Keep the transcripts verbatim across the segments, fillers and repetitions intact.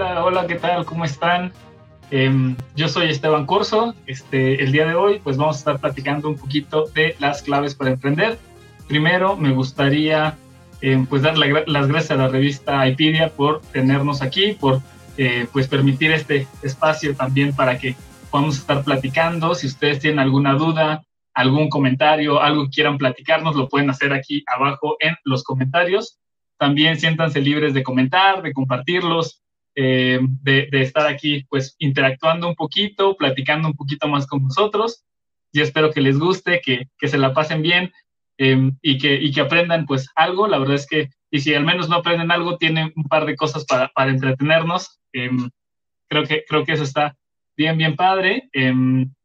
Hola, hola, ¿qué tal? ¿Cómo están? Eh, yo soy Esteban Corso. Este, el día de hoy pues vamos a estar platicando un poquito de las claves para emprender. Primero me gustaría eh, pues dar la, las gracias a la revista IPedia por tenernos aquí, por eh, pues permitir este espacio también para que podamos estar platicando. Si ustedes tienen alguna duda, algún comentario, algo que quieran platicarnos, lo pueden hacer aquí abajo en los comentarios. También siéntanse libres de comentar, de compartirlos, eh, de, de estar aquí pues interactuando un poquito, platicando un poquito más con nosotros. Yo espero que les guste, que, que se la pasen bien eh, y, que, y que aprendan pues algo. La verdad es que, y si al menos no aprenden algo, tienen un par de cosas para, para entretenernos. Eh, creo, que, creo que eso está bien, bien padre. Eh,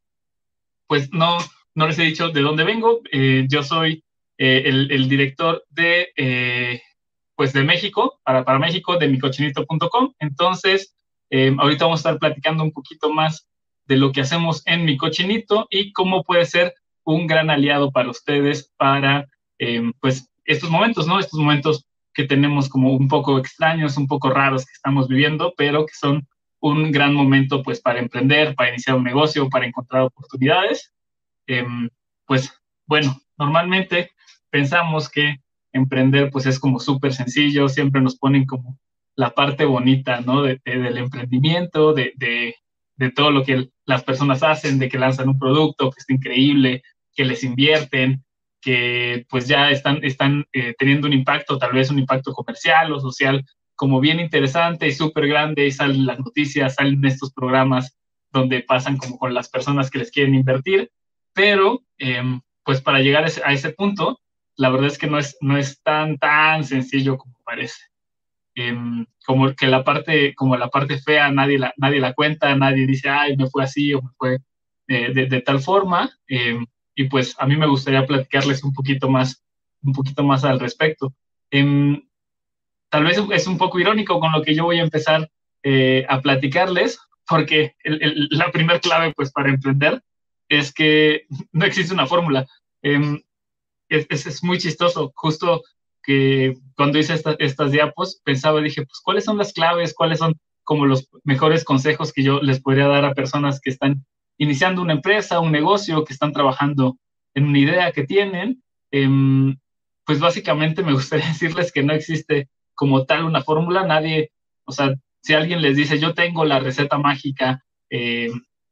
pues no, no les he dicho de dónde vengo. Eh, yo soy eh, el, el director de... Eh, pues de México, para, para México, de mi cochinito punto com. Entonces, eh, ahorita vamos a estar platicando un poquito más de lo que hacemos en Mi Cochinito y cómo puede ser un gran aliado para ustedes para, eh, pues, estos momentos, ¿no? Estos momentos que tenemos como un poco extraños, un poco raros que estamos viviendo, pero que son un gran momento, pues, para emprender, para iniciar un negocio, para encontrar oportunidades. Eh, pues, bueno, normalmente pensamos que emprender pues es como súper sencillo, siempre nos ponen como la parte bonita, ¿no? De, de, del emprendimiento, de, de, de todo lo que las personas hacen, de que lanzan un producto que está increíble, que les invierten, que pues ya están, están eh, teniendo un impacto, tal vez un impacto comercial o social, como bien interesante y súper grande, y salen las noticias, salen estos programas donde pasan como con las personas que les quieren invertir, pero eh, pues para llegar a ese, a ese punto, la verdad es que no es, no es tan, tan sencillo como parece. Eh, como que la parte, como la parte fea, nadie la, nadie la cuenta, nadie dice, ay, me fue así o me fue eh, de, de tal forma. Eh, y pues a mí me gustaría platicarles un poquito más, un poquito más al respecto. Eh, tal vez es un poco irónico con lo que yo voy a empezar eh, a platicarles, porque el, el, la primer clave pues para emprender es que no existe una fórmula. Eh, es, es muy chistoso, justo que cuando hice esta, estas diapos, pensaba, dije, pues, ¿cuáles son las claves? ¿Cuáles son como los mejores consejos que yo les podría dar a personas que están iniciando una empresa, un negocio, que están trabajando en una idea que tienen? Eh, pues básicamente me gustaría decirles que no existe como tal una fórmula, nadie, o sea, si alguien les dice, yo tengo la receta mágica, eh,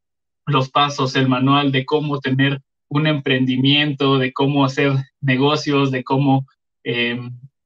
los pasos, el manual de cómo tener un emprendimiento, de cómo hacer negocios, de cómo, eh,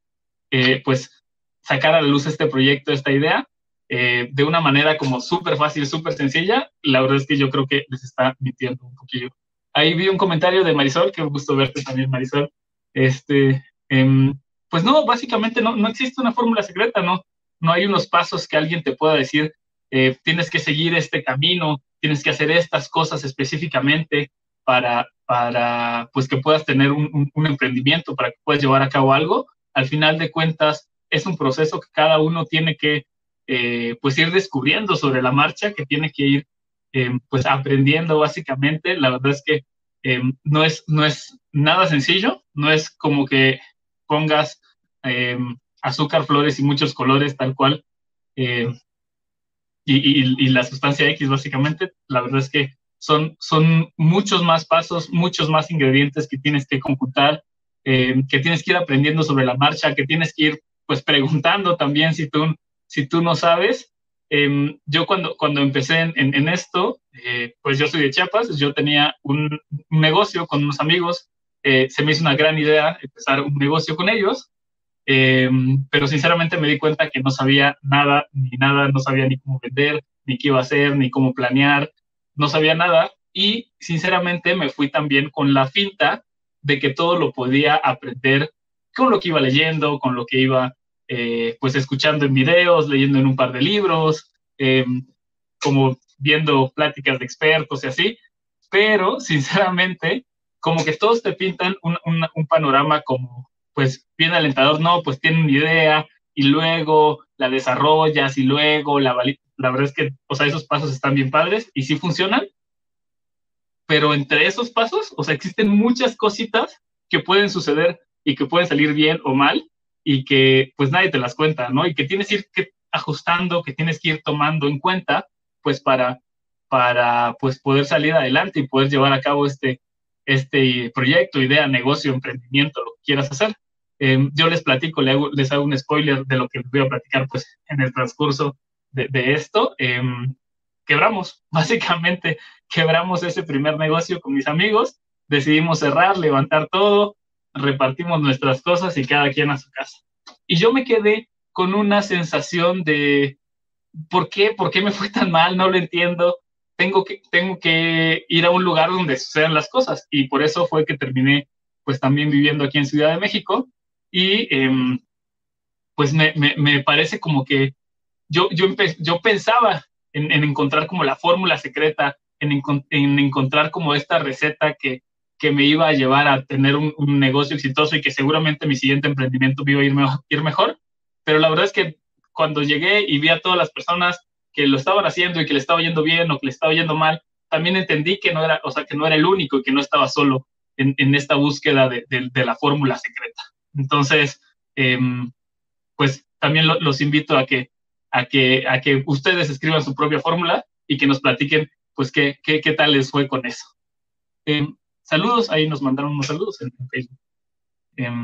eh, pues, sacar a la luz este proyecto, esta idea, eh, de una manera como súper fácil, súper sencilla. La verdad es que yo creo que les está mintiendo un poquillo. Ahí vi un comentario de Marisol, que me gustó verte también, Marisol. Este, eh, pues no, básicamente no, no existe una fórmula secreta, ¿no? No hay unos pasos que alguien te pueda decir, eh, tienes que seguir este camino, tienes que hacer estas cosas específicamente para, para pues que puedas tener un, un, un emprendimiento, para que puedas llevar a cabo algo. Al final de cuentas, es un proceso que cada uno tiene que eh, pues ir descubriendo sobre la marcha, que tiene que ir eh, pues aprendiendo básicamente. La verdad es que eh, no, es, no es nada sencillo, no es como que pongas eh, azúcar, flores y muchos colores tal cual, eh, y, y, y la sustancia X básicamente. La verdad es que son, son muchos más pasos, muchos más ingredientes que tienes que computar, eh, que tienes que ir aprendiendo sobre la marcha, que tienes que ir pues preguntando también si tú, si tú no sabes. Eh, yo cuando, cuando empecé en, en, en esto, eh, pues yo soy de Chiapas, yo tenía un, un negocio con unos amigos, eh, se me hizo una gran idea empezar un negocio con ellos, eh, pero sinceramente me di cuenta que no sabía nada, ni nada, no sabía ni cómo vender, ni qué iba a hacer, ni cómo planear, no sabía nada, y sinceramente me fui también con la finta de que todo lo podía aprender con lo que iba leyendo, con lo que iba eh, pues escuchando en videos, leyendo en un par de libros, eh, como viendo pláticas de expertos y así, pero sinceramente como que todos te pintan un, un, un panorama como pues bien alentador, no, pues tienen una idea y luego la desarrollas y luego la valida. La verdad es que, o sea, esos pasos están bien padres y sí funcionan, pero entre esos pasos, o sea, existen muchas cositas que pueden suceder y que pueden salir bien o mal y que pues nadie te las cuenta, ¿no? Y que tienes, ir, que ajustando, que tienes que ir tomando en cuenta, pues para, para pues poder salir adelante y poder llevar a cabo este, este proyecto, idea, negocio, emprendimiento, lo que quieras hacer. Eh, yo les platico, les hago, les hago un spoiler de lo que les voy a platicar pues en el transcurso de, de esto. Eh, quebramos, básicamente quebramos ese primer negocio con mis amigos, decidimos cerrar, levantar todo, repartimos nuestras cosas y cada quien a su casa. Y yo me quedé con una sensación de ¿por qué? ¿Por qué me fue tan mal? No lo entiendo. Tengo que, tengo que ir a un lugar donde sucedan las cosas. Y por eso fue que terminé pues también viviendo aquí en Ciudad de México. Y eh, pues me, me, me, parece como que yo, yo, yo pensaba en, en, encontrar como la fórmula secreta, en, en, encontrar como esta receta que, que me iba a llevar a tener un, un negocio exitoso y que seguramente mi siguiente emprendimiento me iba a ir, me, ir mejor. Pero la verdad es que cuando llegué y vi a todas las personas que lo estaban haciendo y que le estaba yendo bien o que le estaba yendo mal, también entendí que no era, o sea, que no era el único y que no estaba solo en, en esta búsqueda de, de, de la fórmula secreta. Entonces, eh, pues también lo, los invito a que, a, que, a que ustedes escriban su propia fórmula y que nos platiquen, pues, qué, qué, qué tal les fue con eso. Eh, saludos, ahí nos mandaron unos saludos en, en Facebook. Eh,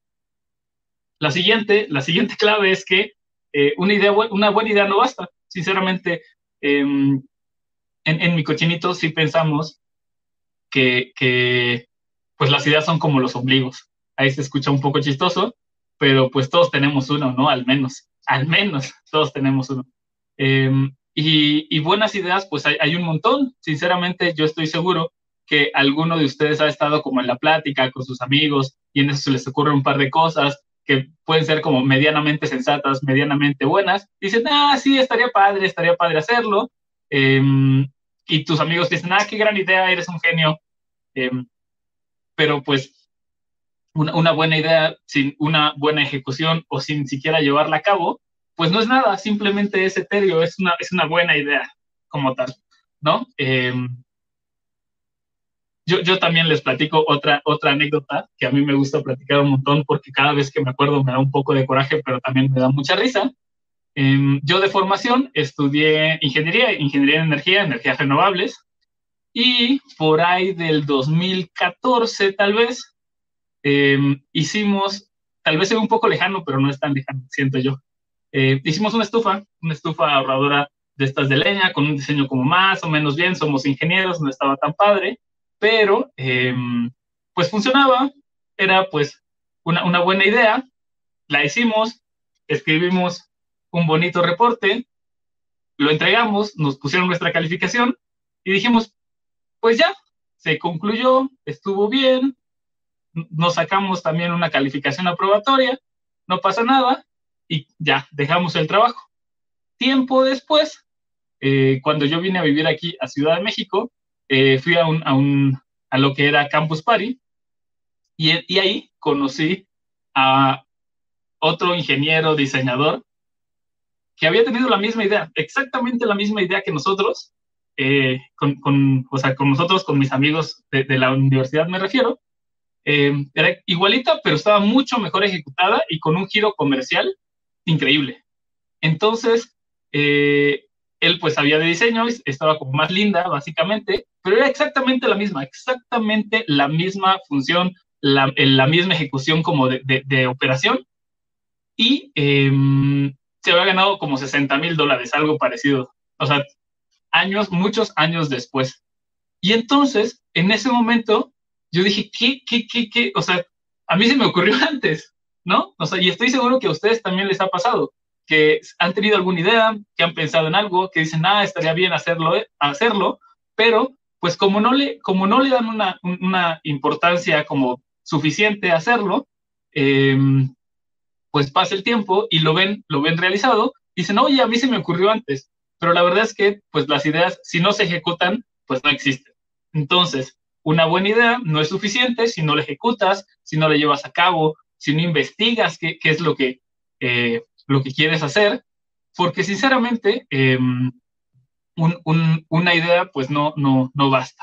la, siguiente, la siguiente clave es que eh, una, idea, una buena idea no basta. Sinceramente, eh, en, en mi cochinito sí pensamos que, que pues las ideas son como los ombligos. Ahí se escucha un poco chistoso, pero pues todos tenemos uno, ¿no? Al menos, al menos todos tenemos uno. Eh, y, y buenas ideas, pues hay, hay un montón. Sinceramente, yo estoy seguro que alguno de ustedes ha estado como en la plática con sus amigos y en eso se les ocurre un par de cosas que pueden ser como medianamente sensatas, medianamente buenas. Dicen, ah, sí, estaría padre, estaría padre hacerlo. Eh, y tus amigos dicen, ah, qué gran idea, eres un genio. Eh, pero pues una, una buena idea sin una buena ejecución o sin siquiera llevarla a cabo, pues no es nada, simplemente es etéreo, es una, es una buena idea como tal, ¿no? Eh, yo, yo también les platico otra, otra anécdota que a mí me gusta platicar un montón porque cada vez que me acuerdo me da un poco de coraje, pero también me da mucha risa. Eh, yo de formación estudié ingeniería, ingeniería en energía, energías renovables, y por ahí del dos mil catorce tal vez, eh, hicimos, tal vez sea un poco lejano, pero no es tan lejano, siento yo. Eh, hicimos una estufa, una estufa ahorradora de estas de leña, con un diseño como más o menos bien, somos ingenieros, no estaba tan padre, pero eh, pues funcionaba, era pues una, una buena idea, la hicimos, escribimos un bonito reporte, lo entregamos, nos pusieron nuestra calificación y dijimos, pues ya, se concluyó, estuvo bien, nos sacamos también una calificación aprobatoria, no pasa nada y ya, dejamos el trabajo. Tiempo después, eh, cuando yo vine a vivir aquí a Ciudad de México, eh, fui a, un, a, un, a lo que era Campus Party y, y ahí conocí a otro ingeniero, diseñador, que había tenido la misma idea, exactamente la misma idea que nosotros, eh, con, con, o sea, con nosotros, con mis amigos de, de la universidad me refiero. Eh, era igualita, pero estaba mucho mejor ejecutada y con un giro comercial increíble. Entonces, eh, él pues sabía de diseño, estaba como más linda, básicamente, pero era exactamente la misma, exactamente la misma función, la, la misma ejecución como de, de, de operación, y eh, se había ganado como sesenta mil dólares, algo parecido. O sea, años, muchos años después. Y entonces, en ese momento, yo dije, ¿qué, qué, qué, qué? O sea, a mí se me ocurrió antes, ¿no? O sea, y estoy seguro que a ustedes también les ha pasado, que han tenido alguna idea, que han pensado en algo, que dicen, ah, estaría bien hacerlo, eh, hacerlo, pero pues como no le, como no le dan una, una importancia como suficiente a hacerlo, eh, pues pasa el tiempo y lo ven, lo ven realizado, y dicen, oye, a mí se me ocurrió antes, pero la verdad es que pues las ideas, si no se ejecutan, pues no existen. Entonces, una buena idea no es suficiente si no la ejecutas, si no la llevas a cabo, si no investigas qué, qué es lo que, eh, lo que quieres hacer, porque sinceramente eh, un, un, una idea pues no, no, no basta.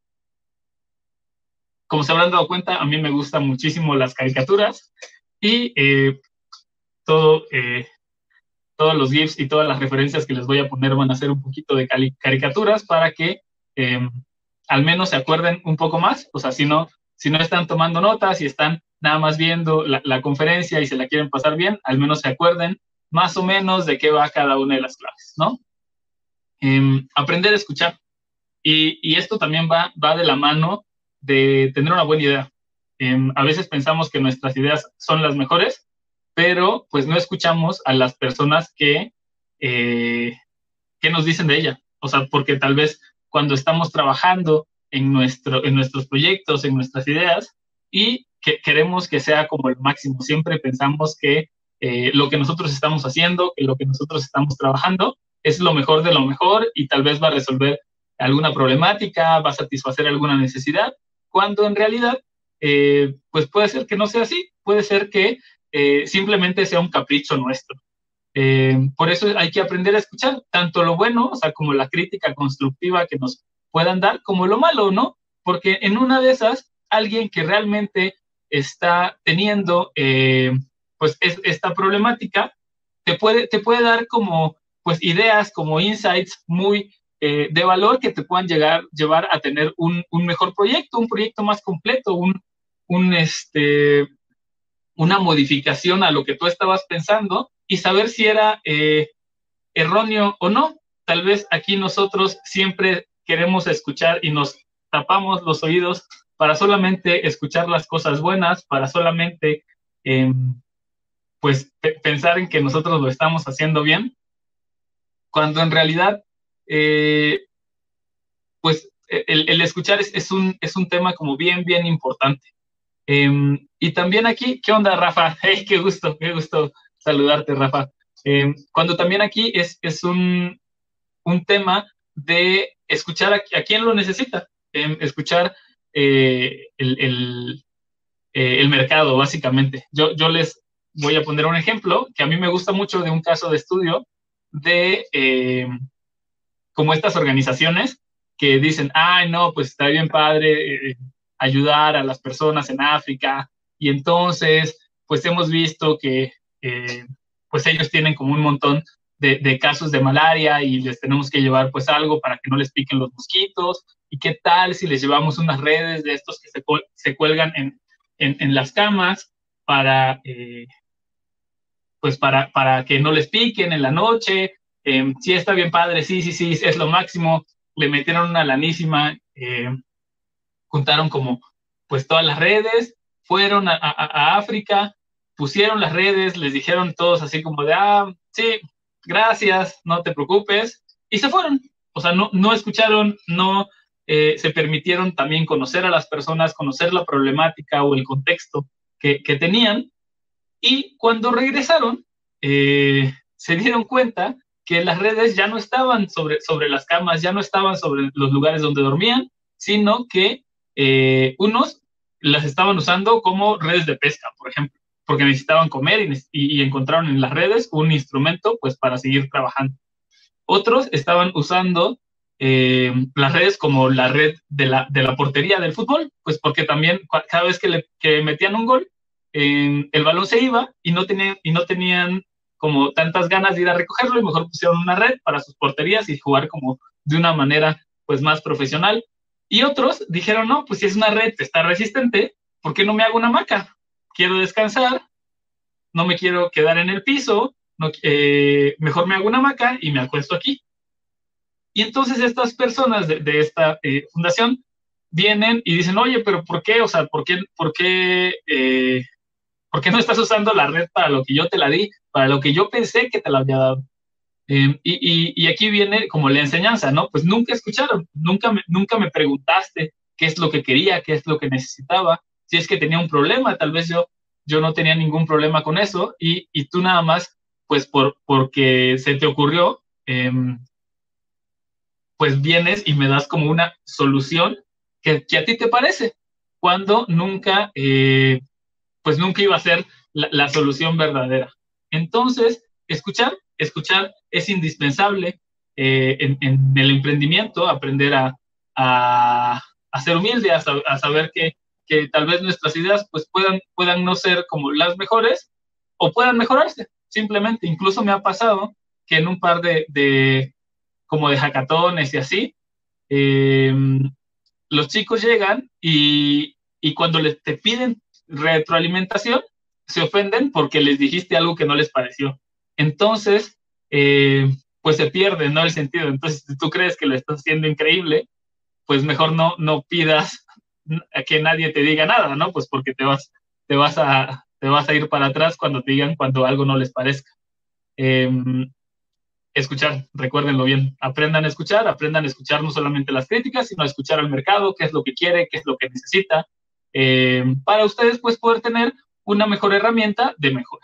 Como se habrán dado cuenta, a mí me gustan muchísimo las caricaturas y eh, todo... Eh, todos los GIFs y todas las referencias que les voy a poner van a ser un poquito de cali- caricaturas para que eh, al menos se acuerden un poco más. O sea, si no, si no están tomando notas y están nada más viendo la, la conferencia y se la quieren pasar bien, al menos se acuerden más o menos de qué va cada una de las clases, ¿no? Eh, aprender a escuchar. Y, y esto también va, va de la mano de tener una buena idea. Eh, a veces pensamos que nuestras ideas son las mejores, pero pues no escuchamos a las personas que, eh, que nos dicen de ella. O sea, porque tal vez cuando estamos trabajando en, nuestro, en nuestros proyectos, en nuestras ideas, y que queremos que sea como el máximo, siempre pensamos que eh, lo que nosotros estamos haciendo, que lo que nosotros estamos trabajando, es lo mejor de lo mejor y tal vez va a resolver alguna problemática, va a satisfacer alguna necesidad, cuando en realidad, eh, pues puede ser que no sea así, puede ser que eh, simplemente sea un capricho nuestro. Eh, por eso hay que aprender a escuchar tanto lo bueno, o sea, como la crítica constructiva que nos puedan dar, como lo malo, ¿no? Porque en una de esas, alguien que realmente está teniendo, eh, pues, es, esta problemática, te puede, te puede dar como, pues, ideas, como insights muy eh, de valor que te puedan llegar, llevar a tener un, un mejor proyecto, un proyecto más completo, un, un, este, una modificación a lo que tú estabas pensando y saber si era eh, erróneo o no. Tal vez aquí nosotros siempre queremos escuchar y nos tapamos los oídos para solamente escuchar las cosas buenas, para solamente eh, pues pe- pensar en que nosotros lo estamos haciendo bien, cuando en realidad eh, pues el, el escuchar es, es, un, es un tema como bien, bien importante. Eh, y también aquí, ¿qué onda, Rafa? Hey, qué gusto, qué gusto saludarte, Rafa. Eh, cuando también aquí es, es un, un tema de escuchar a, a quién lo necesita, eh, escuchar eh, el, el, eh, el, mercado, básicamente. Yo, yo les voy a poner un ejemplo que a mí me gusta mucho de un caso de estudio de eh, como estas organizaciones que dicen, ay, no, pues está bien padre eh, ayudar a las personas en África, y entonces, pues hemos visto que, eh, pues ellos tienen como un montón de, de casos de malaria y les tenemos que llevar pues algo para que no les piquen los mosquitos, y qué tal si les llevamos unas redes de estos que se, se cuelgan en, en, en las camas para, eh, pues para, para que no les piquen en la noche. Eh, sí, está bien padre, sí, sí, sí, es lo máximo. Le metieron una lanísima, eh, juntaron como pues todas las redes, fueron a, a, a, África, pusieron las redes, les dijeron todos así como de, ah, sí, gracias, no te preocupes, y se fueron. O sea, no, no escucharon, no eh, se permitieron también conocer a las personas, conocer la problemática o el contexto que, que tenían, y cuando regresaron, eh, se dieron cuenta que las redes ya no estaban sobre, sobre las camas, ya no estaban sobre los lugares donde dormían, sino que eh, unos las estaban usando como redes de pesca, por ejemplo, porque necesitaban comer y, y, y encontraron en las redes un instrumento pues para seguir trabajando. Otros estaban usando eh, las redes como la red de la, de la portería del fútbol, pues porque también cada vez que, le, que metían un gol, eh, el balón se iba y no, tenían, y no tenían como tantas ganas de ir a recogerlo, y mejor pusieron una red para sus porterías y jugar como de una manera pues más profesional. Y otros dijeron, no, pues si es una red, está resistente, ¿por qué no me hago una hamaca? Quiero descansar, no me quiero quedar en el piso, no, eh, mejor me hago una hamaca y me acuesto aquí. Y entonces estas personas de, de esta eh, fundación vienen y dicen, oye, pero ¿por qué? O sea, ¿por qué, por qué, eh, ¿por qué no estás usando la red para lo que yo te la di, para lo que yo pensé que te la había dado? Eh, y, y, y aquí viene como la enseñanza, ¿no? Pues nunca escucharon, nunca me, nunca me preguntaste qué es lo que quería, qué es lo que necesitaba, si es que tenía un problema, tal vez yo, yo no tenía ningún problema con eso, y, y tú nada más, pues por, porque se te ocurrió, eh, pues vienes y me das como una solución que, que a ti te parece, cuando nunca, eh, pues nunca iba a ser la, la solución verdadera. Entonces, escuchar, escuchar es indispensable eh, en, en, el emprendimiento, aprender a, a, a ser humilde, a, a saber que, que, tal vez nuestras ideas pues puedan, puedan no ser como las mejores o puedan mejorarse. simplemente. Incluso me ha pasado que en un par de, de como de hackatones y así, eh, los chicos llegan y, y cuando les te piden retroalimentación, se ofenden porque les dijiste algo que no les pareció. Entonces, eh, pues se pierde, ¿no? El sentido. Entonces, si tú crees que lo estás haciendo increíble, pues mejor no, no pidas a que nadie te diga nada, ¿no? Pues porque te vas, te vas a, te vas a ir para atrás cuando te digan cuando algo no les parezca. Eh, escuchar, recuérdenlo bien, aprendan a escuchar, aprendan a escuchar no solamente las críticas, sino a escuchar al mercado, qué es lo que quiere, qué es lo que necesita, eh, para ustedes pues poder tener una mejor herramienta de mejora.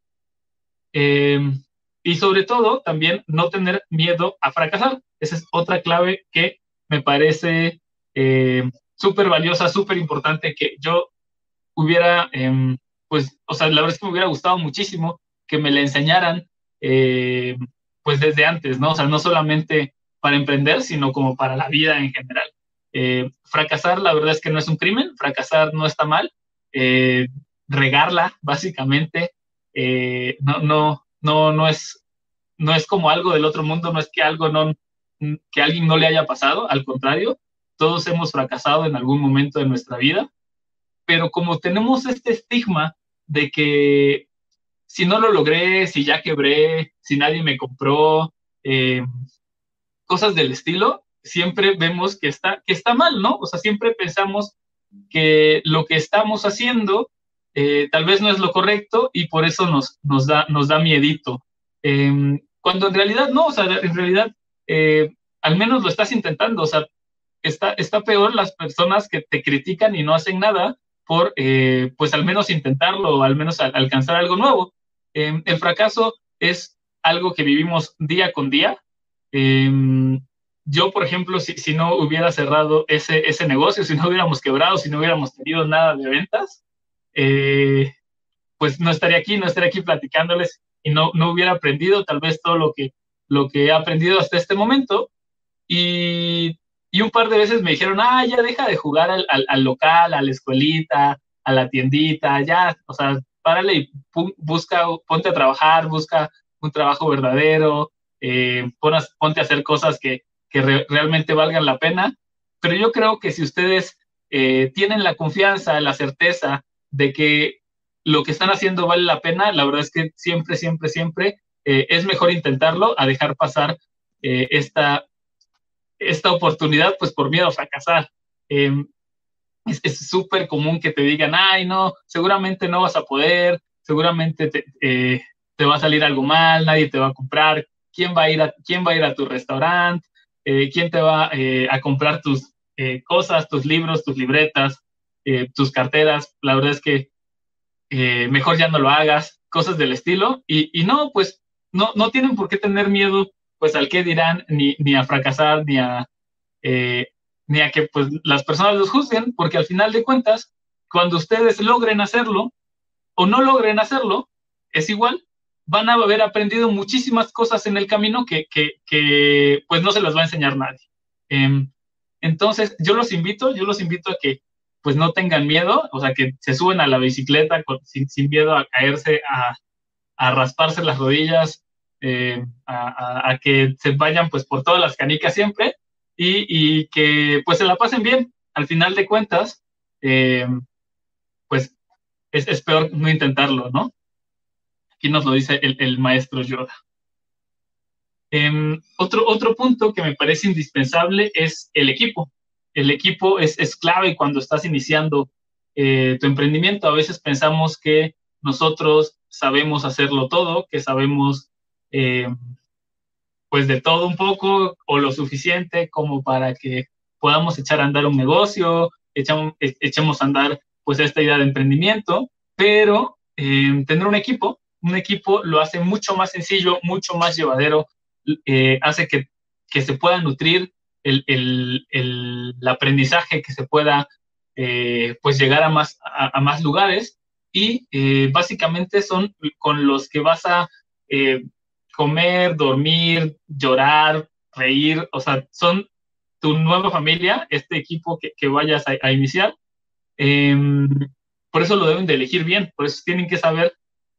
Eh, y sobre todo, también no tener miedo a fracasar. Esa es otra clave que me parece eh, súper valiosa, súper importante, que yo hubiera, eh, pues, o sea, la verdad es que me hubiera gustado muchísimo que me la enseñaran, eh, pues desde antes, ¿no? O sea, no solamente para emprender, sino como para la vida en general. Eh, fracasar, la verdad es que no es un crimen, fracasar no está mal, eh, regarla, básicamente, eh, no, no, no, no es, no es como algo del otro mundo, no es que algo no, que a alguien no le haya pasado, al contrario, todos hemos fracasado en algún momento de nuestra vida, pero como tenemos este estigma de que si no lo logré, si ya quebré, si nadie me compró, eh, cosas del estilo, siempre vemos que está, que está mal, ¿no? O sea, siempre pensamos que lo que estamos haciendo eh, tal vez no es lo correcto y por eso nos, nos, da, nos da miedito. Eh, cuando en realidad no, o sea, en realidad eh, al menos lo estás intentando, o sea, está, está peor las personas que te critican y no hacen nada por, eh, pues al menos intentarlo o al menos a, alcanzar algo nuevo. Eh, el fracaso es algo que vivimos día con día. Eh, yo, por ejemplo, si, si no hubiera cerrado ese, ese negocio, si no hubiéramos quebrado, si no hubiéramos tenido nada de ventas, eh, pues no estaría aquí, no estaría aquí platicándoles y no, no hubiera aprendido tal vez todo lo que, lo que he aprendido hasta este momento. Y, y un par de veces me dijeron, ah, ya deja de jugar al, al, al local, a la escuelita, a la tiendita, ya, o sea, párale y pum, busca, ponte a trabajar, busca un trabajo verdadero, eh, pon a, ponte a hacer cosas que, que re, realmente valgan la pena. Pero yo creo que si ustedes eh, tienen la confianza, la certeza de que lo que están haciendo vale la pena, la verdad es que siempre, siempre, siempre eh, es mejor intentarlo a dejar pasar eh, esta, esta oportunidad, pues por miedo a fracasar. Eh, es súper común que te digan, ay, no, seguramente no vas a poder, seguramente te, eh, te va a salir algo mal, nadie te va a comprar, quién va a ir a, quién va a, ir a tu restaurante, eh, quién te va eh, a comprar tus eh, cosas, tus libros, tus libretas, eh, tus carteras. La verdad es que eh, mejor ya no lo hagas, cosas del estilo. Y, y no, pues no, no tienen por qué tener miedo pues al qué dirán, ni, ni a fracasar, ni a, eh, ni a que pues las personas los juzguen, porque al final de cuentas, cuando ustedes logren hacerlo o no logren hacerlo, es igual, van a haber aprendido muchísimas cosas en el camino que, que, que pues no se las va a enseñar nadie. Eh, entonces, yo los invito, yo los invito a que pues no tengan miedo, o sea, que se suben a la bicicleta con, sin, sin miedo a caerse, a, a rasparse las rodillas, eh, a, a, a, que se vayan pues por todas las canicas siempre y, y que pues se la pasen bien. Al final de cuentas, eh, pues es, es peor no intentarlo, ¿no? Aquí nos lo dice el, el maestro Yoda. Eh, otro, otro punto que me parece indispensable es el equipo. El equipo es, es clave cuando estás iniciando eh, tu emprendimiento. A veces pensamos que nosotros sabemos hacerlo todo, que sabemos eh, pues de todo un poco o lo suficiente como para que podamos echar a andar un negocio, echamos, echemos a andar pues esta idea de emprendimiento, pero eh, tener un equipo, un equipo lo hace mucho más sencillo, mucho más llevadero, eh, hace que, que se pueda nutrir el, el, el, el aprendizaje, que se pueda eh, pues llegar a más, a, a más lugares y eh, básicamente son con los que vas a eh, comer, dormir, llorar, reír, o sea, son tu nueva familia, este equipo que, que vayas a, a iniciar. Eh, por eso lo deben de elegir bien, por eso tienen que saber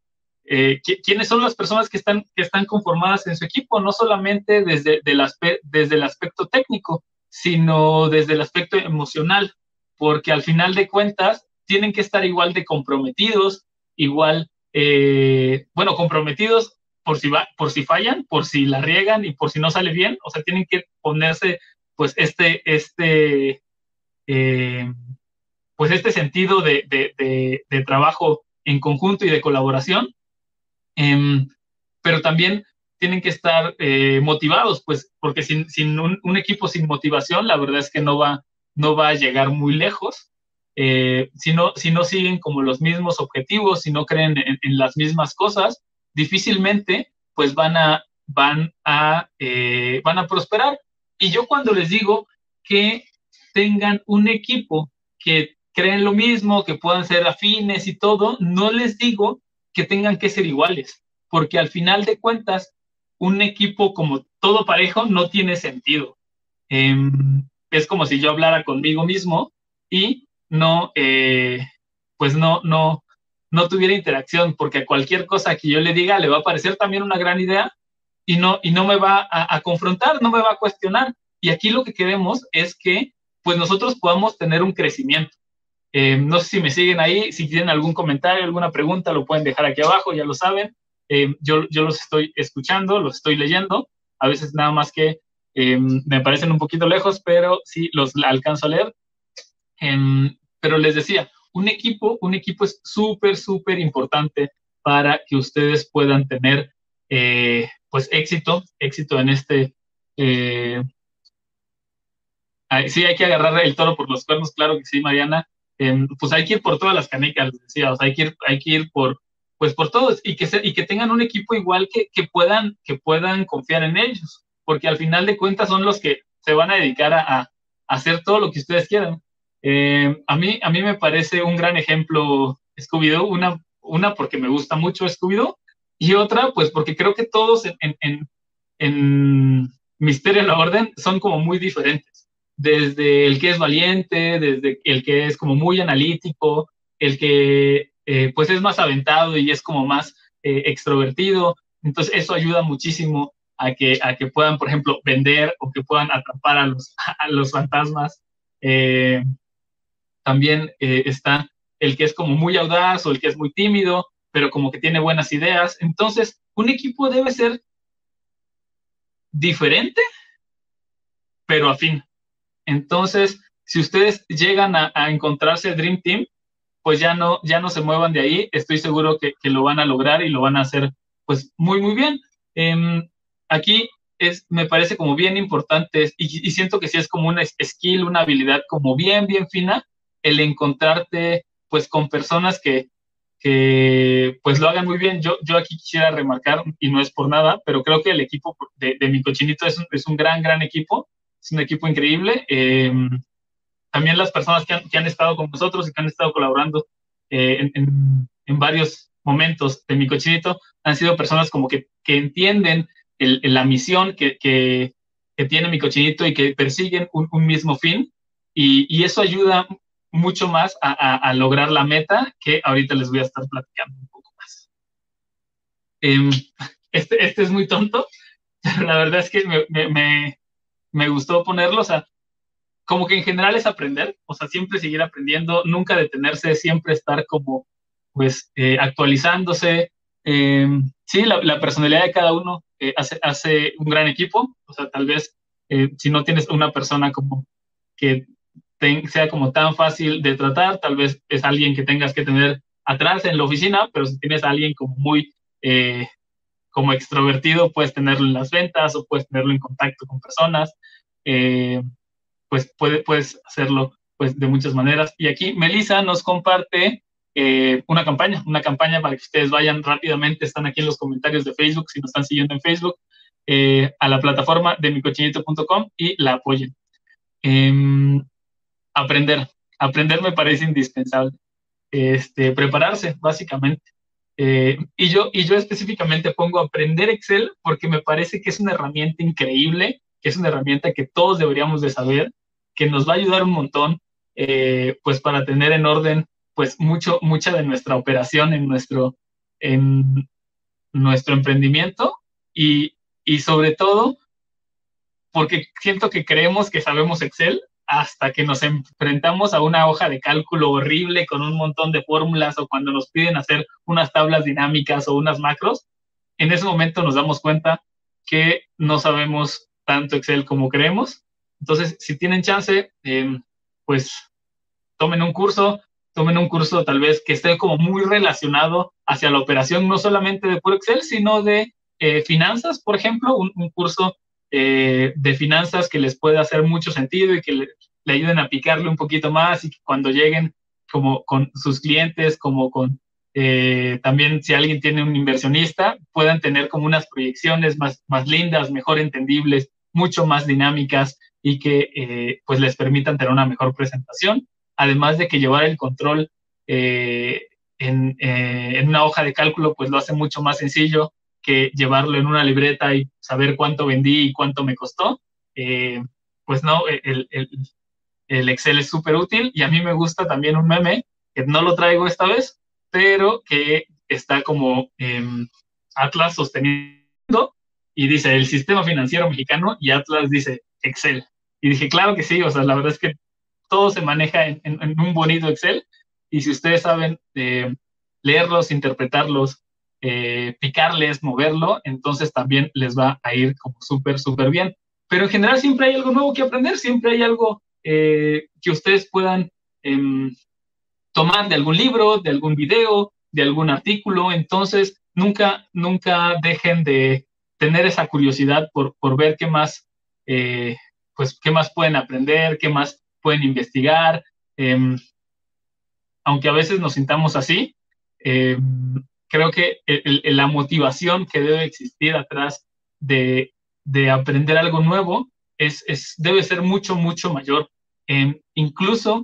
eh, quiénes son las personas que están, que están conformadas en su equipo, no solamente desde, del aspe desde el aspecto técnico, sino desde el aspecto emocional, porque al final de cuentas tienen que estar igual de comprometidos, igual, eh, bueno, comprometidos por si, va, por si fallan, por si la riegan y por si no sale bien, o sea, tienen que ponerse pues este, este, eh, pues este sentido de, de, de, de trabajo en conjunto y de colaboración, eh, pero también tienen que estar eh, motivados, pues, porque sin, sin un, un, equipo sin motivación, la verdad es que no va, no va a llegar muy lejos. Eh, si, no, si no siguen como los mismos objetivos, si no creen en, en las mismas cosas, difícilmente pues van a, van, a, eh, van a prosperar. Y yo cuando les digo que tengan un equipo que creen lo mismo, que puedan ser afines y todo, no les digo que tengan que ser iguales, porque al final de cuentas, un equipo como todo parejo no tiene sentido. Eh, es como si yo hablara conmigo mismo y no, eh, pues no, no, no tuviera interacción, porque a cualquier cosa que yo le diga le va a parecer también una gran idea y no, y no me va a, a confrontar, no me va a cuestionar. Y aquí lo que queremos es que pues nosotros podamos tener un crecimiento. Eh, no sé si me siguen ahí, si tienen algún comentario, alguna pregunta, lo pueden dejar aquí abajo, ya lo saben. Eh, yo, yo los estoy escuchando, los estoy leyendo, a veces nada más que eh, me parecen un poquito lejos, pero sí los alcanzo a leer. Eh, pero les decía, un equipo, un equipo es súper, súper importante para que ustedes puedan tener eh, pues éxito, éxito en este... Eh, sí, hay que agarrar el toro por los cuernos, claro que sí, Mariana. Eh, pues hay que ir por todas las canicas, les decía, o sea, hay que ir, hay que ir por, pues por todos y que, se, y que tengan un equipo igual que, que, puedan, que puedan confiar en ellos, porque al final de cuentas son los que se van a dedicar a, a hacer todo lo que ustedes quieran. Eh, a, mí, a mí me parece un gran ejemplo Scooby-Doo, una, una porque me gusta mucho Scooby-Doo y otra pues porque creo que todos en, en, en, en Misterio en la Orden son como muy diferentes. Desde el que es valiente, desde el que es como muy analítico, el que eh, pues es más aventado y es como más eh, extrovertido. Entonces eso ayuda muchísimo a que, a que puedan, por ejemplo, vender o que puedan atrapar a los, a los fantasmas. Eh, también eh, está el que es como muy audaz o el que es muy tímido, pero como que tiene buenas ideas. Entonces, un equipo debe ser diferente, pero afín. Entonces, si ustedes llegan a, a encontrarse el Dream Team, pues ya no, ya no se muevan de ahí. Estoy seguro que, que lo van a lograr y lo van a hacer pues muy, muy bien. Eh, aquí es, me parece como bien importante y, y siento que sí es como una skill, una habilidad como bien, bien fina, el encontrarte pues con personas que, que pues lo hagan muy bien. Yo, yo aquí quisiera remarcar, y no es por nada, pero creo que el equipo de, de Mi Cochinito es un, es un gran, gran equipo. Es un equipo increíble. Eh, también las personas que han, que han, estado con nosotros y que han estado colaborando eh, en, en, en, varios momentos de Mi Cochinito han sido personas como que, que entienden el, el, la misión que, que, que tiene Mi Cochinito y que persiguen un, un mismo fin y, y, eso ayuda mucho más a, a, a, lograr la meta que ahorita les voy a estar platicando un poco más. Eh, este, este es muy tonto, pero la verdad es que me, me, me, me gustó ponerlo, o sea, como que en general es aprender, o sea, siempre seguir aprendiendo, nunca detenerse, siempre estar como, pues, eh, actualizándose. Eh, sí, la, la, personalidad de cada uno eh, hace, hace un gran equipo, o sea, tal vez eh, si no tienes una persona como que te, sea como tan fácil de tratar, tal vez es alguien que tengas que tener atrás en la oficina, pero si tienes a alguien como muy, eh, como extrovertido, puedes tenerlo en las ventas o puedes tenerlo en contacto con personas. Eh, pues puede, puedes hacerlo pues, de muchas maneras. Y aquí Melissa nos comparte eh, una campaña, una campaña para que ustedes vayan rápidamente, están aquí en los comentarios de Facebook, si nos están siguiendo en Facebook, eh, a la plataforma de mi cochinito punto com y la apoyen. Eh, aprender, aprender me parece indispensable. Este, prepararse, básicamente. Eh, y, yo, y yo específicamente pongo aprender Excel porque me parece que es una herramienta increíble, que es una herramienta que todos deberíamos de saber, que nos va a ayudar un montón, eh, pues para tener en orden, pues mucho, mucha de nuestra operación en nuestro, en, nuestro emprendimiento y, y sobre todo porque siento que creemos que sabemos Excel hasta que nos enfrentamos a una hoja de cálculo horrible con un montón de fórmulas o cuando nos piden hacer unas tablas dinámicas o unas macros, en ese momento nos damos cuenta que no sabemos tanto Excel como creemos. Entonces, si tienen chance, eh, pues tomen un curso, tomen un curso tal vez que esté como muy relacionado hacia la operación, no solamente de puro Excel, sino de eh, finanzas, por ejemplo, un, un curso eh, de finanzas que les pueda hacer mucho sentido y que le, le ayuden a picarle un poquito más y que cuando lleguen como con sus clientes, como con eh, también si alguien tiene un inversionista, puedan tener como unas proyecciones más, más lindas, mejor entendibles, mucho más dinámicas y que eh, pues les permitan tener una mejor presentación, además de que llevar el control eh, en, eh, en una hoja de cálculo pues lo hace mucho más sencillo que llevarlo en una libreta y saber cuánto vendí y cuánto me costó. Eh, pues no, el, el, el Excel es súper útil y a mí me gusta también un meme, que no lo traigo esta vez, pero que está como eh, Atlas sosteniendo y dice el sistema financiero mexicano y Atlas dice Excel. Y dije, claro que sí, o sea, la verdad es que todo se maneja en, en, en un bonito Excel y si ustedes saben eh, leerlos, interpretarlos, eh, picarles, moverlo, entonces también les va a ir como súper, súper bien. Pero en general siempre hay algo nuevo que aprender, siempre hay algo eh, que ustedes puedan eh, tomar de algún libro, de algún video, de algún artículo, entonces nunca, nunca dejen de tener esa curiosidad por, por ver qué más, eh, pues, qué más pueden aprender, qué más pueden investigar, eh, aunque a veces nos sintamos así, eh, creo que el, el, la motivación que debe existir atrás de, de aprender algo nuevo es, es, debe ser mucho, mucho mayor. Eh, incluso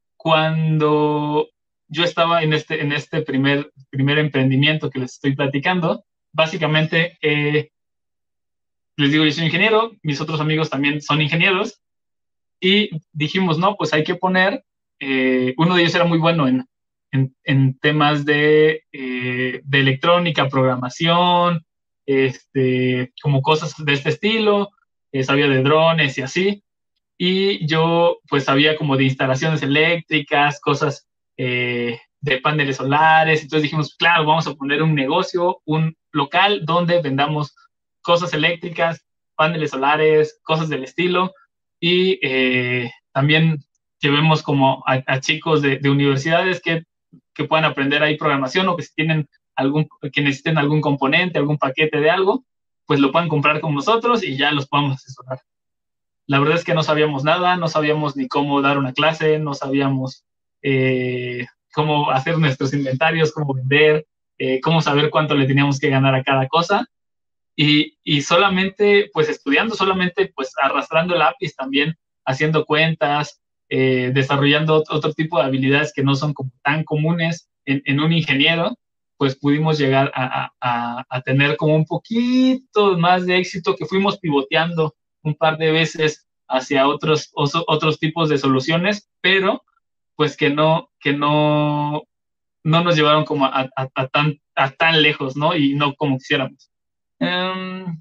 cuando yo estaba en este, en este primer, primer emprendimiento que les estoy platicando, básicamente, eh, les digo, yo soy ingeniero, mis otros amigos también son ingenieros, y dijimos, no, pues hay que poner, eh, uno de ellos era muy bueno en, en, en temas de, eh, de electrónica, programación, este, como cosas de este estilo, eh, sabía de drones y así, y yo pues sabía como de instalaciones eléctricas, cosas eh, de paneles solares, entonces dijimos, claro, vamos a poner un negocio, un local donde vendamos cosas eléctricas, paneles solares, cosas del estilo, y eh, también llevemos como a, a chicos de, de universidades que, que puedan aprender ahí programación o que si tienen algún, que necesiten algún componente, algún paquete de algo, pues lo puedan comprar con nosotros y ya los podamos asesorar. La verdad es que no sabíamos nada, no sabíamos ni cómo dar una clase, no sabíamos eh, cómo hacer nuestros inventarios, cómo vender, eh, cómo saber cuánto le teníamos que ganar a cada cosa. Y, y solamente, pues estudiando, solamente pues arrastrando el lápiz también, haciendo cuentas, eh, desarrollando otro tipo de habilidades que no son como tan comunes en, en un ingeniero, pues pudimos llegar a, a, a tener como un poquito más de éxito, que fuimos pivoteando un par de veces hacia otros, otros tipos de soluciones, pero pues que no, que no, no nos llevaron como a, a, a, tan, a tan lejos, ¿no? Y no como quisiéramos. Um,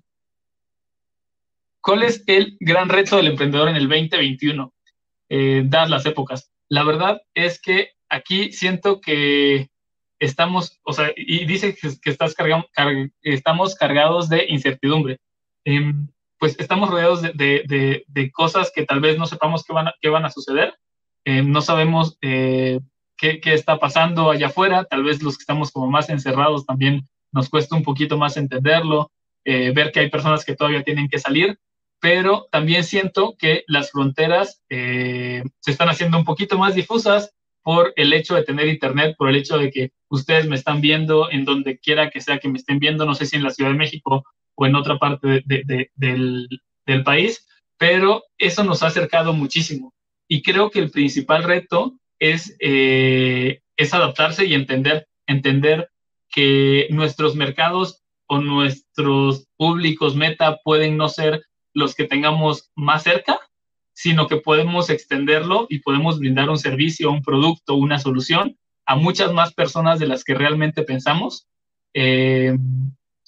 ¿Cuál es el gran reto del emprendedor en el veinte veintiuno, eh, dadas las épocas? La verdad es que aquí siento que estamos, o sea, y dice que, que estás cargado, car, estamos cargados de incertidumbre. Eh, pues estamos rodeados de, de, de, de, cosas que tal vez no sepamos qué van a, qué van a suceder. Eh, no sabemos eh, qué, qué está pasando allá afuera. Tal vez los que estamos como más encerrados también nos cuesta un poquito más entenderlo, eh, ver que hay personas que todavía tienen que salir, pero también siento que las fronteras eh, se están haciendo un poquito más difusas por el hecho de tener internet, por el hecho de que ustedes me están viendo en donde quiera que sea que me estén viendo, no sé si en la Ciudad de México o en otra parte de, de, de, del, del país, pero eso nos ha acercado muchísimo. Y creo que el principal reto es, eh, es adaptarse y entender, entender que nuestros mercados o nuestros públicos meta pueden no ser los que tengamos más cerca, sino que podemos extenderlo y podemos brindar un servicio, un producto, una solución a muchas más personas de las que realmente pensamos. Eh,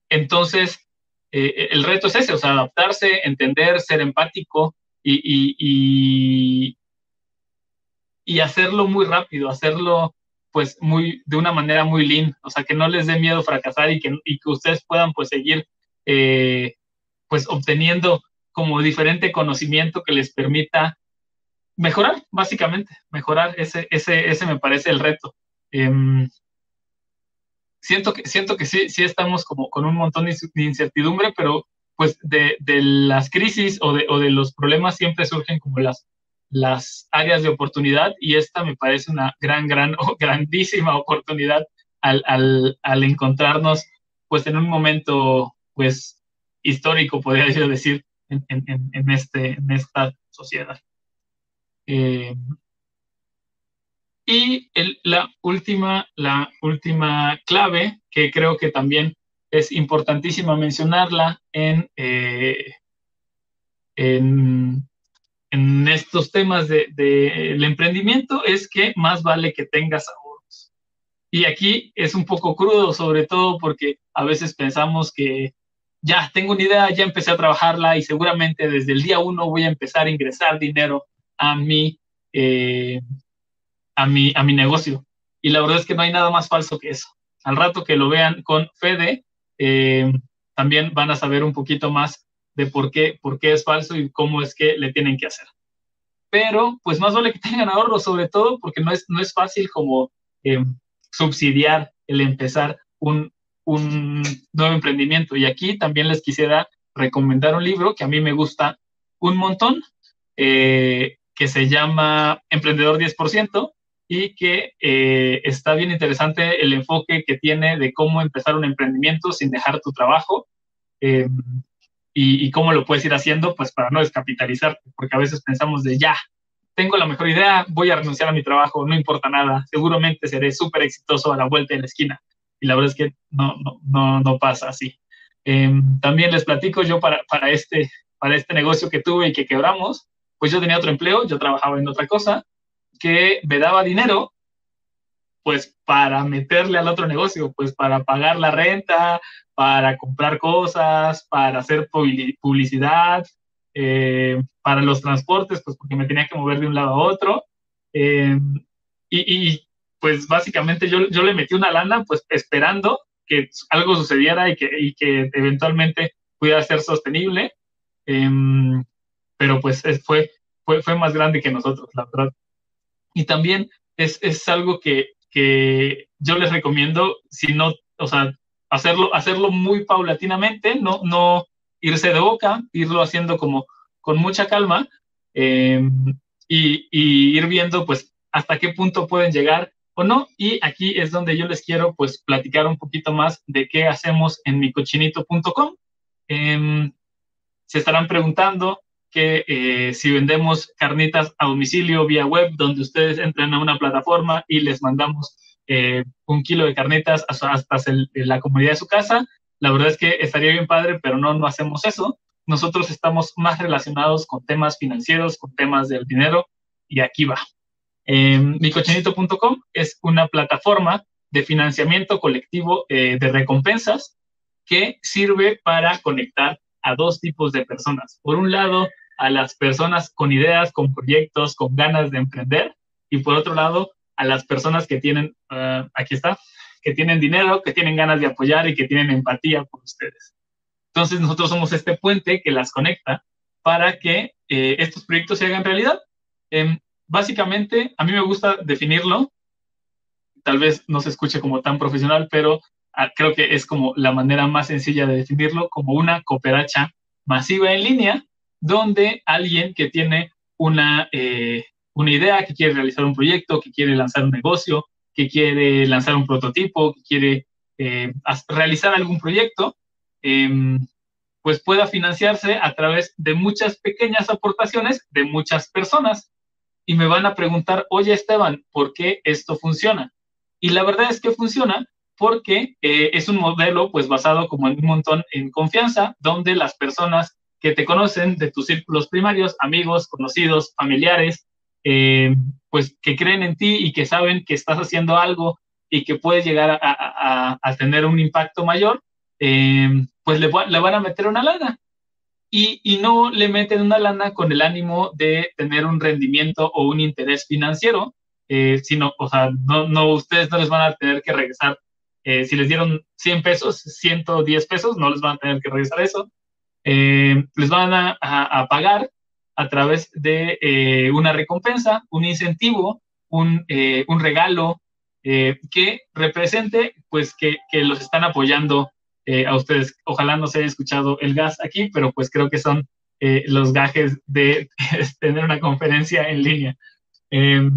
entonces, eh, el reto es ese, o sea, adaptarse, entender, ser empático y, y, y, y hacerlo muy rápido, hacerlo pues muy, de una manera muy lean, o sea, que no les dé miedo fracasar y que, y que ustedes puedan pues seguir eh, pues obteniendo como diferente conocimiento que les permita mejorar, básicamente, mejorar, ese, ese, ese me parece el reto. Eh, siento que, siento que sí, sí estamos como con un montón de incertidumbre, pero pues de, de las crisis o de, o de los problemas siempre surgen como las, las áreas de oportunidad, y esta me parece una gran, gran o grandísima oportunidad al, al, al encontrarnos pues en un momento pues histórico, podría yo decir, en, en, en, este, en esta sociedad. Eh, y el, la, última, la última clave, que creo que también es importantísima mencionarla en, eh, en, en, estos temas del de, de emprendimiento, es que más vale que tengas ahorros. Y aquí es un poco crudo, sobre todo porque a veces pensamos que ya tengo una idea, ya empecé a trabajarla y seguramente desde el día uno voy a empezar a ingresar dinero a mi, eh, a mi, a mi negocio. Y la verdad es que no hay nada más falso que eso. Al rato que lo vean con Fede, eh, también van a saber un poquito más de por qué, por qué es falso y cómo es que le tienen que hacer. Pero pues más vale que tengan ahorros, sobre todo porque no es, no es fácil como eh, subsidiar el empezar un, un nuevo emprendimiento. Y aquí también les quisiera recomendar un libro que a mí me gusta un montón, eh, que se llama Emprendedor diez por ciento, y que eh, está bien interesante el enfoque que tiene de cómo empezar un emprendimiento sin dejar tu trabajo, eh, y, y cómo lo puedes ir haciendo pues para no descapitalizarte, porque a veces pensamos de ya, tengo la mejor idea, voy a renunciar a mi trabajo, no importa nada, seguramente seré súper exitoso a la vuelta de la esquina. Y la verdad es que no, no, no, no pasa así. Eh, también les platico, yo para, para, este, para este negocio que tuve y que quebramos, pues yo tenía otro empleo, yo trabajaba en otra cosa, que me daba dinero, pues para meterle al otro negocio, pues para pagar la renta, para comprar cosas, para hacer publicidad, eh, para los transportes, pues porque me tenía que mover de un lado a otro. Eh, y, y, pues básicamente yo, yo le metí una lana, pues esperando que algo sucediera y que, y que eventualmente pudiera ser sostenible. Eh, pero pues fue, fue, fue más grande que nosotros, la verdad. Y también es, es algo que, que yo les recomiendo, si no, o sea, hacerlo, hacerlo muy paulatinamente, no, no irse de boca, irlo haciendo como con mucha calma, eh, y, y ir viendo pues hasta qué punto pueden llegar o no. Y aquí es donde yo les quiero pues platicar un poquito más de qué hacemos en mi cochinito punto com. Eh, se estarán preguntando que eh, si vendemos carnitas a domicilio vía web, donde ustedes entran a una plataforma y les mandamos eh, un kilo de carnitas hasta, hasta el, la comodidad de su casa. La verdad es que estaría bien padre, pero no, no hacemos eso. Nosotros estamos más relacionados con temas financieros, con temas del dinero, y aquí va. Eh, mi cochinito punto com es una plataforma de financiamiento colectivo eh, de recompensas que sirve para conectar a dos tipos de personas. Por un lado, a las personas con ideas, con proyectos, con ganas de emprender, y por otro lado, a las personas que tienen, uh, aquí está, que tienen dinero, que tienen ganas de apoyar y que tienen empatía por ustedes. Entonces, nosotros somos este puente que las conecta para que eh, estos proyectos se hagan realidad. Eh, básicamente, a mí me gusta definirlo, tal vez no se escuche como tan profesional, pero ah, creo que es como la manera más sencilla de definirlo, como una cooperacha masiva en línea, donde alguien que tiene una, eh, una idea, que quiere realizar un proyecto, que quiere lanzar un negocio, que quiere lanzar un prototipo, que quiere eh, realizar algún proyecto, eh, pues pueda financiarse a través de muchas pequeñas aportaciones de muchas personas. Y me van a preguntar, oye Esteban, ¿por qué esto funciona? Y la verdad es que funciona porque eh, es un modelo pues basado como en un montón en confianza, donde las personas que te conocen de tus círculos primarios, amigos, conocidos, familiares, eh, pues que creen en ti y que saben que estás haciendo algo y que puedes llegar a, a, a tener un impacto mayor, eh, pues le, le van a meter una lana. Y, y no le meten una lana con el ánimo de tener un rendimiento o un interés financiero, eh, sino, o sea, no, no, ustedes no les van a tener que regresar, eh, si les dieron cien pesos, ciento diez pesos, no les van a tener que regresar eso, eh, les van a, a, a, pagar a través de eh, una recompensa, un incentivo, un, eh, un regalo eh, que represente pues que, que los están apoyando eh, a ustedes. Ojalá no se haya escuchado el gas aquí, pero pues creo que son eh, los gajes de tener una conferencia en línea. Eh,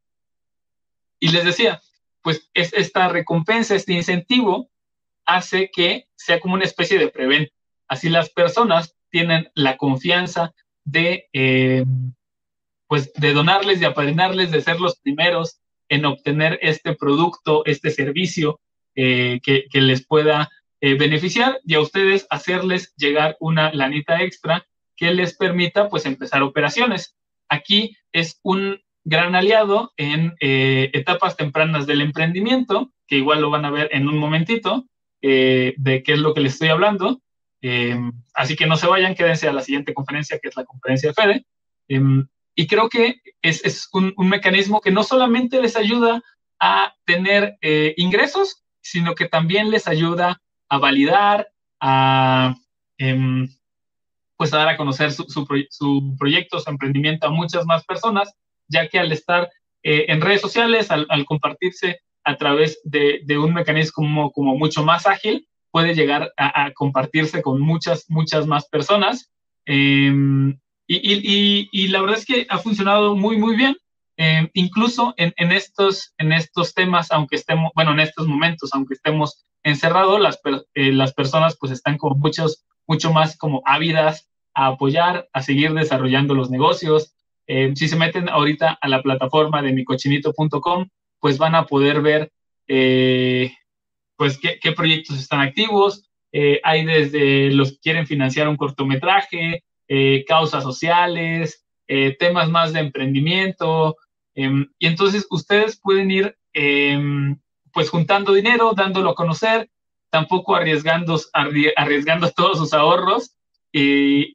y les decía, pues es esta recompensa, este incentivo, hace que sea como una especie de preventa. Así las personas tienen la confianza de, eh, pues, de donarles, de apadrinarles, de ser los primeros en obtener este producto, este servicio eh, que, que, les pueda eh, beneficiar, y a ustedes hacerles llegar una lanita extra que les permita pues empezar operaciones. Aquí es un gran aliado en eh, etapas tempranas del emprendimiento, que igual lo van a ver en un momentito, eh, de qué es lo que les estoy hablando. Eh, así que no se vayan, quédense a la siguiente conferencia, que es la conferencia de Fede. Eh, y creo que es, es un, un, mecanismo que no solamente les ayuda a tener eh, ingresos, sino que también les ayuda a validar, a, eh, pues a dar a conocer su, su, su proyecto, su emprendimiento a muchas más personas, ya que al estar eh, en redes sociales, al, al compartirse a través de, de un mecanismo como, como mucho más ágil, puede llegar a, a compartirse con muchas, muchas más personas. Eh, y, y, y, la verdad es que ha funcionado muy, muy bien. Eh, incluso en, en, estos, en estos temas, aunque estemos, bueno, en estos momentos, aunque estemos encerrados, las, eh, las personas pues están como muchos, mucho más como ávidas a apoyar, a seguir desarrollando los negocios. Eh, si se meten ahorita a la plataforma de mi cochinito punto com, pues van a poder ver eh, pues qué, qué, proyectos están activos. Eh, hay desde los que quieren financiar un cortometraje, eh, causas sociales, eh, temas más de emprendimiento. Eh, y entonces ustedes pueden ir eh, pues juntando dinero, dándolo a conocer, tampoco arriesgando, arriesgando todos sus ahorros, y,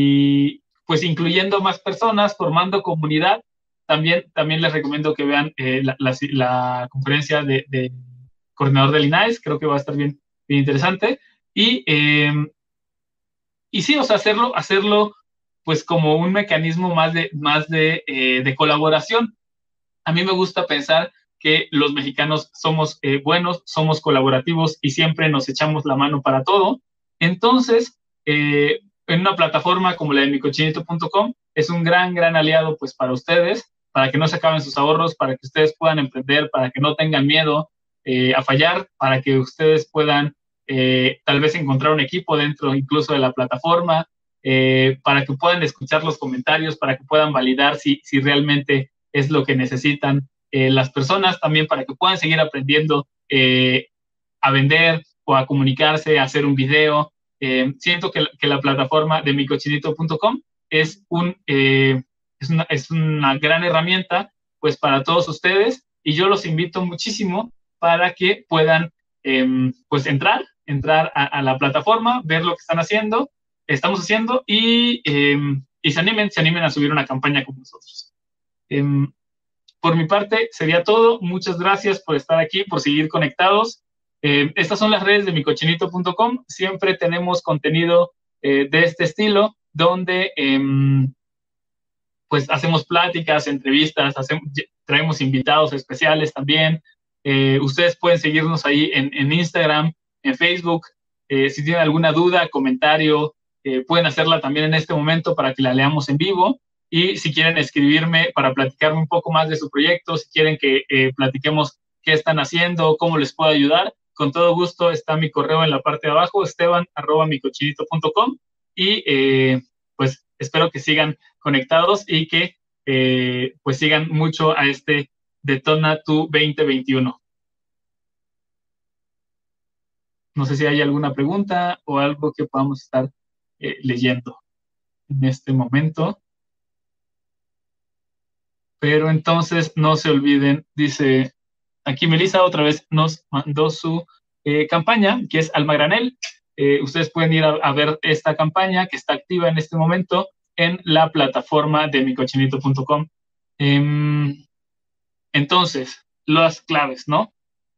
y pues incluyendo más personas, formando comunidad. También, también les recomiendo que vean eh, la, la, la, conferencia de, de coordinador del I N A E S, creo que va a estar bien, bien interesante. Y, eh, y sí, o sea, hacerlo, hacerlo pues como un mecanismo más de, más de, eh, de colaboración. A mí me gusta pensar que los mexicanos somos eh, buenos, somos colaborativos y siempre nos echamos la mano para todo. Entonces, eh, en una plataforma como la de mi cochinito punto com es un gran, gran aliado pues para ustedes, para que no se acaben sus ahorros, para que ustedes puedan emprender, para que no tengan miedo eh, a fallar, para que ustedes puedan eh, tal vez encontrar un equipo dentro incluso de la plataforma, eh, para que puedan escuchar los comentarios, para que puedan validar si, si realmente es lo que necesitan eh, las personas, también para que puedan seguir aprendiendo eh, a vender o a comunicarse, a hacer un video. Eh, siento que, que, la plataforma de mi cochinito punto com es, un, eh, es, una, es una gran herramienta pues para todos ustedes, y yo los invito muchísimo para que puedan eh, pues entrar, entrar a, a la plataforma, ver lo que están haciendo, estamos haciendo, y, eh, y se animen, se animen a subir una campaña con nosotros. Eh, por mi parte, sería todo. Muchas gracias por estar aquí, por seguir conectados. Eh, estas son las redes de mi cochinito punto com. Siempre tenemos contenido eh, de este estilo, donde eh, pues hacemos pláticas, entrevistas, hacemos, traemos invitados especiales también. Eh, ustedes pueden seguirnos ahí en, en Instagram, en Facebook. Eh, si tienen alguna duda, comentario, eh, pueden hacerla también en este momento para que la leamos en vivo. Y si quieren escribirme para platicarme un poco más de su proyecto, si quieren que eh, platiquemos qué están haciendo, cómo les puedo ayudar, con todo gusto está mi correo en la parte de abajo, esteban arroba mi cochinito punto com. Y eh, pues espero que sigan conectados y que eh, pues sigan mucho a este Detona Tu veinte veintiuno. No sé si hay alguna pregunta o algo que podamos estar eh, leyendo en este momento. Pero entonces no se olviden, dice aquí Melissa otra vez nos mandó su eh, campaña, que es Alma Granel. Eh, ustedes pueden ir a, a ver esta campaña que está activa en este momento en la plataforma de mi cochinito punto com. Eh, entonces, las claves, ¿no?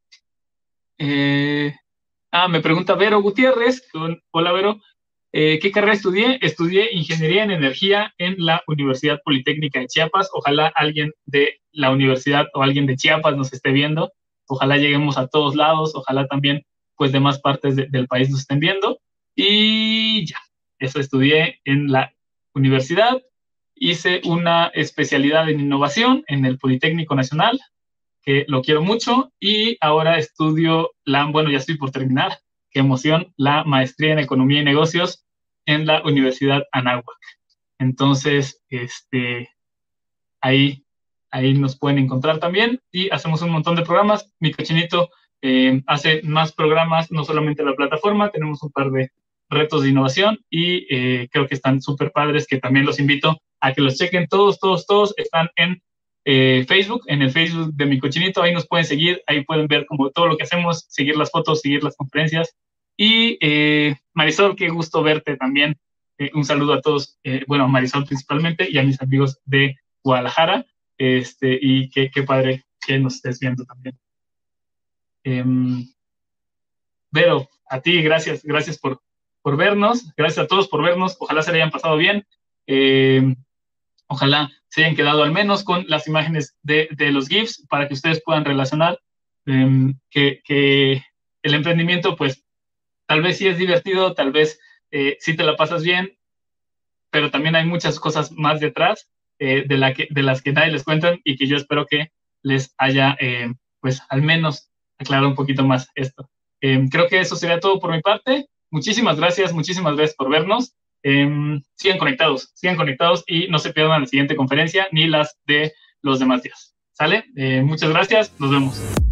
Eh, ah, me pregunta Vero Gutiérrez. Hola, Vero. Eh, ¿Qué carrera estudié? Estudié Ingeniería en Energía en la Universidad Politécnica de Chiapas. Ojalá alguien de la universidad o alguien de Chiapas nos esté viendo. Ojalá lleguemos a todos lados. Ojalá también, pues, demás partes de, del país nos estén viendo. Y ya, eso estudié en la universidad. Hice una especialidad en innovación en el Politécnico Nacional, que lo quiero mucho, y ahora estudio la, bueno, ya estoy por terminar, qué emoción, la maestría en Economía y Negocios en la Universidad Anáhuac. Entonces, este, ahí, ahí nos pueden encontrar también, y hacemos un montón de programas. Mi cochinito eh, hace más programas, no solamente en la plataforma, tenemos un par de retos de innovación, y eh, creo que están súper padres, que también los invito a que los chequen. Todos, todos, todos están en eh, Facebook, en el Facebook de Mi Cochinito. Ahí nos pueden seguir, ahí pueden ver como todo lo que hacemos, seguir las fotos, seguir las conferencias. Y eh, Marisol, qué gusto verte también. Eh, un saludo a todos, eh, bueno, a Marisol principalmente, y a mis amigos de Guadalajara, este, y qué, qué padre que nos estés viendo también. Eh, Vero, a ti, gracias, gracias por, por vernos, gracias a todos por vernos, ojalá se le hayan pasado bien, eh, ojalá se hayan quedado al menos con las imágenes de, de los GIFs para que ustedes puedan relacionar eh, que, que el emprendimiento, pues, tal vez sí es divertido, tal vez eh, sí te la pasas bien, pero también hay muchas cosas más detrás eh, de, la que, de las que nadie les cuentan, y que yo espero que les haya, eh, pues, al menos aclarado un poquito más esto. Eh, creo que eso sería todo por mi parte. Muchísimas gracias, muchísimas gracias por vernos. Eh, sigan conectados, sigan conectados y no se pierdan la siguiente conferencia ni las de los demás días. ¿Sale? Eh, muchas gracias, nos vemos.